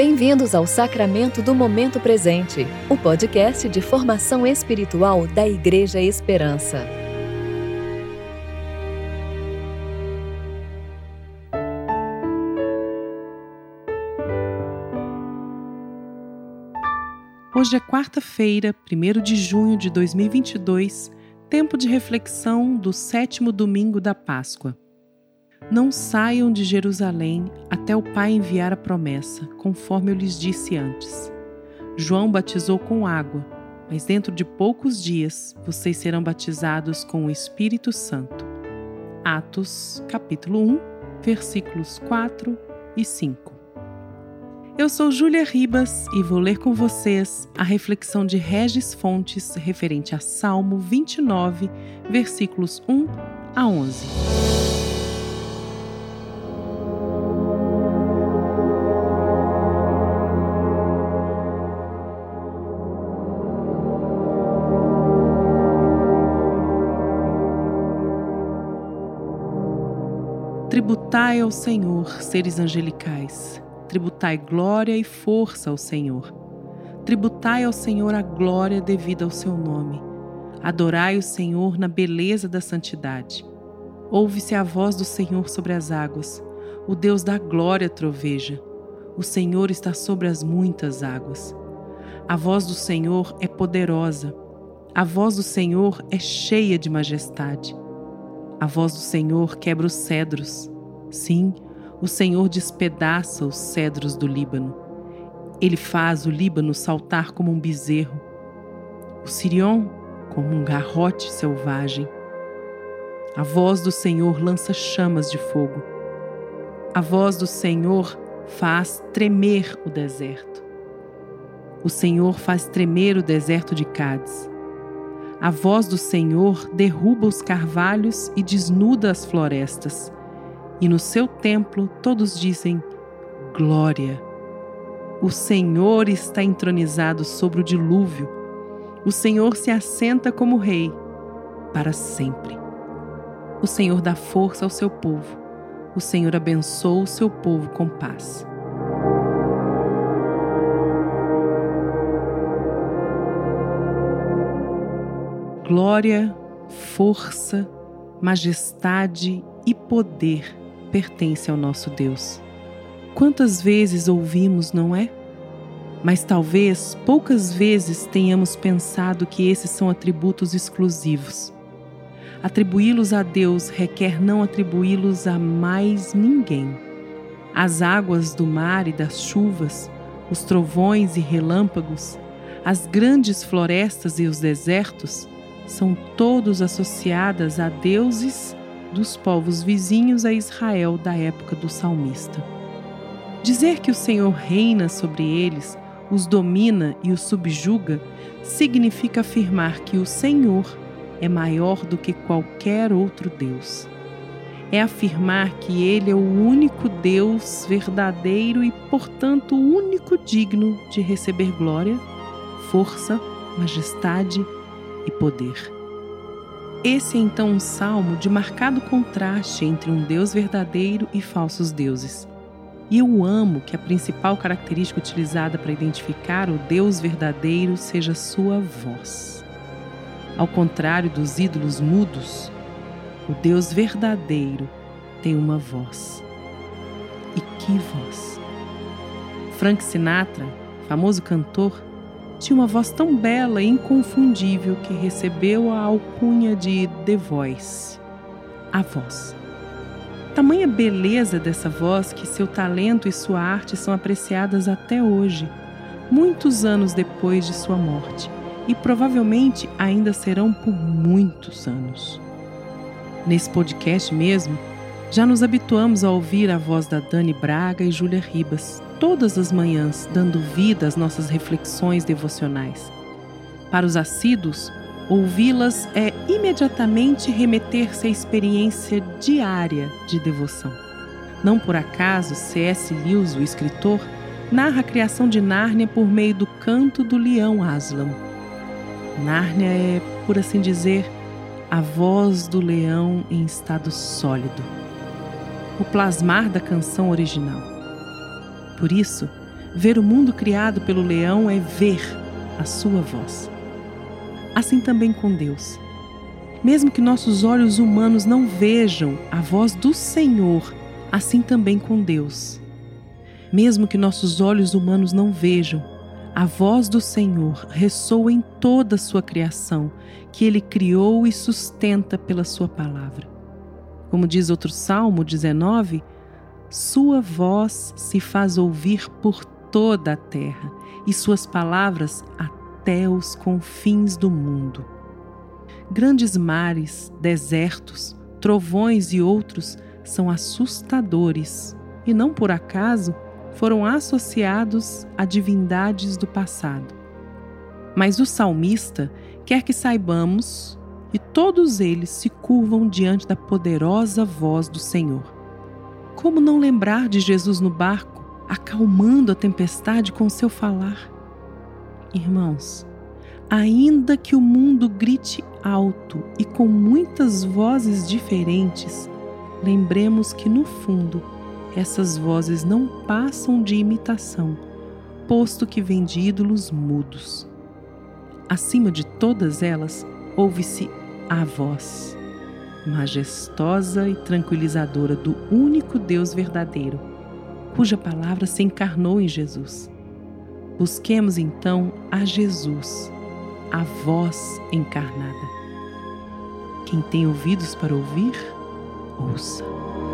Bem-vindos ao Sacramento do Momento Presente, o podcast de formação espiritual da Igreja Esperança. Hoje é quarta-feira, 1º de junho de 2022, tempo de reflexão do 7º domingo da Páscoa. Não saiam de Jerusalém até o Pai enviar a promessa, conforme eu lhes disse antes. João batizou com água, mas dentro de poucos dias vocês serão batizados com o Espírito Santo. Atos, capítulo 1, versículos 4 e 5. Eu sou Júlia Ribas e vou ler com vocês a reflexão de Regis Fontes referente a Salmo 29, versículos 1 a 11. Tributai ao Senhor, seres angelicais. Tributai glória e força ao Senhor. Tributai ao Senhor a glória devida ao seu nome. Adorai o Senhor na beleza da santidade. Ouve-se a voz do Senhor sobre as águas. O Deus da glória troveja. O Senhor está sobre as muitas águas. A voz do Senhor é poderosa. A voz do Senhor é cheia de majestade. A voz do Senhor quebra os cedros. Sim, o Senhor despedaça os cedros do Líbano. Ele faz o Líbano saltar como um bezerro, o Sirion como um garrote selvagem. A voz do Senhor lança chamas de fogo. A voz do Senhor faz tremer o deserto. O Senhor faz tremer o deserto de Cádiz. A voz do Senhor derruba os carvalhos e desnuda as florestas. E no seu templo todos dizem: glória. O Senhor está entronizado sobre o dilúvio. O Senhor se assenta como rei para sempre. O Senhor dá força ao seu povo. O Senhor abençoa o seu povo com paz. Glória, força, majestade e poder pertence ao nosso Deus. Quantas vezes ouvimos, não é? Mas talvez poucas vezes tenhamos pensado que esses são atributos exclusivos. Atribuí-los a Deus requer não atribuí-los a mais ninguém. As águas do mar e das chuvas, os trovões e relâmpagos, as grandes florestas e os desertos são todos associadas a deuses dos povos vizinhos a Israel da época do salmista. Dizer que o Senhor reina sobre eles, os domina e os subjuga, significa afirmar que o Senhor é maior do que qualquer outro Deus. É afirmar que Ele é o único Deus verdadeiro e, portanto, o único digno de receber glória, força, majestade e poder. Esse é então um salmo de marcado contraste entre um Deus verdadeiro e falsos deuses. E eu amo que a principal característica utilizada para identificar o Deus verdadeiro seja sua voz. Ao contrário dos ídolos mudos, o Deus verdadeiro tem uma voz. E que voz! Frank Sinatra, famoso cantor, tinha uma voz tão bela e inconfundível que recebeu a alcunha de The Voice, a voz. Tamanha beleza dessa voz que seu talento e sua arte são apreciadas até hoje, muitos anos depois de sua morte, e provavelmente ainda serão por muitos anos. Nesse podcast mesmo, já nos habituamos a ouvir a voz da Dani Braga e Júlia Ribas, todas as manhãs, dando vida às nossas reflexões devocionais. Para os assíduos, ouvi-las é imediatamente remeter-se à experiência diária de devoção. Não por acaso, C.S. Lewis, o escritor, narra a criação de Nárnia por meio do canto do leão Aslan. Nárnia é, por assim dizer, a voz do leão em estado sólido, o plasmar da canção original. Por isso, Ver o mundo criado pelo leão é ver a sua voz. Assim também com Deus. Mesmo que nossos olhos humanos não vejam a voz do Senhor, assim também com Deus. Mesmo que nossos olhos humanos não vejam, a voz do Senhor ressoa em toda a sua criação, que Ele criou e sustenta pela sua palavra. Como diz outro Salmo 19, sua voz se faz ouvir por toda a terra e suas palavras até os confins do mundo. Grandes mares, desertos, trovões e outros são assustadores e não por acaso foram associados a divindades do passado. Mas o salmista quer que saibamos que todos eles se curvam diante da poderosa voz do Senhor. Como não lembrar de Jesus no barco, acalmando a tempestade com seu falar? Irmãos, ainda que o mundo grite alto e com muitas vozes diferentes, lembremos que no fundo essas vozes não passam de imitação, posto que vêm de ídolos mudos. Acima de todas elas, ouve-se a voz, majestosa e tranquilizadora do único Deus verdadeiro, cuja palavra se encarnou em Jesus. Busquemos então a Jesus, a voz encarnada. Quem tem ouvidos para ouvir, ouça.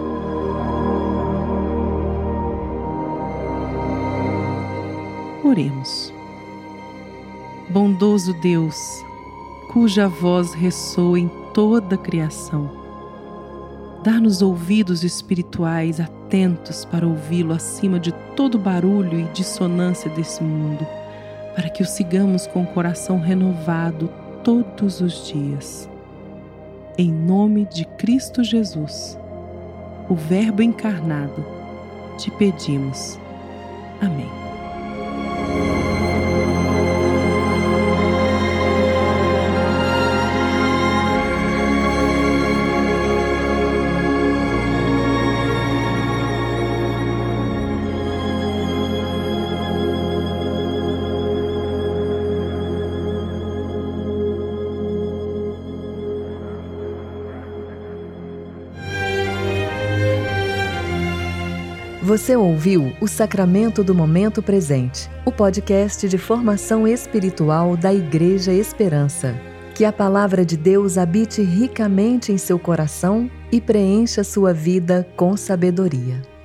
Oremos. Bondoso Deus, cuja voz ressoa em toda a criação, dá-nos ouvidos espirituais atentos para ouvi-lo acima de todo barulho e dissonância desse mundo, para que o sigamos com o coração renovado todos os dias. Em nome de Cristo Jesus, o Verbo encarnado, te pedimos. Amém. Você ouviu o Sacramento do Momento Presente, o podcast de formação espiritual da Igreja Esperança. Que a palavra de Deus habite ricamente em seu coração e preencha sua vida com sabedoria.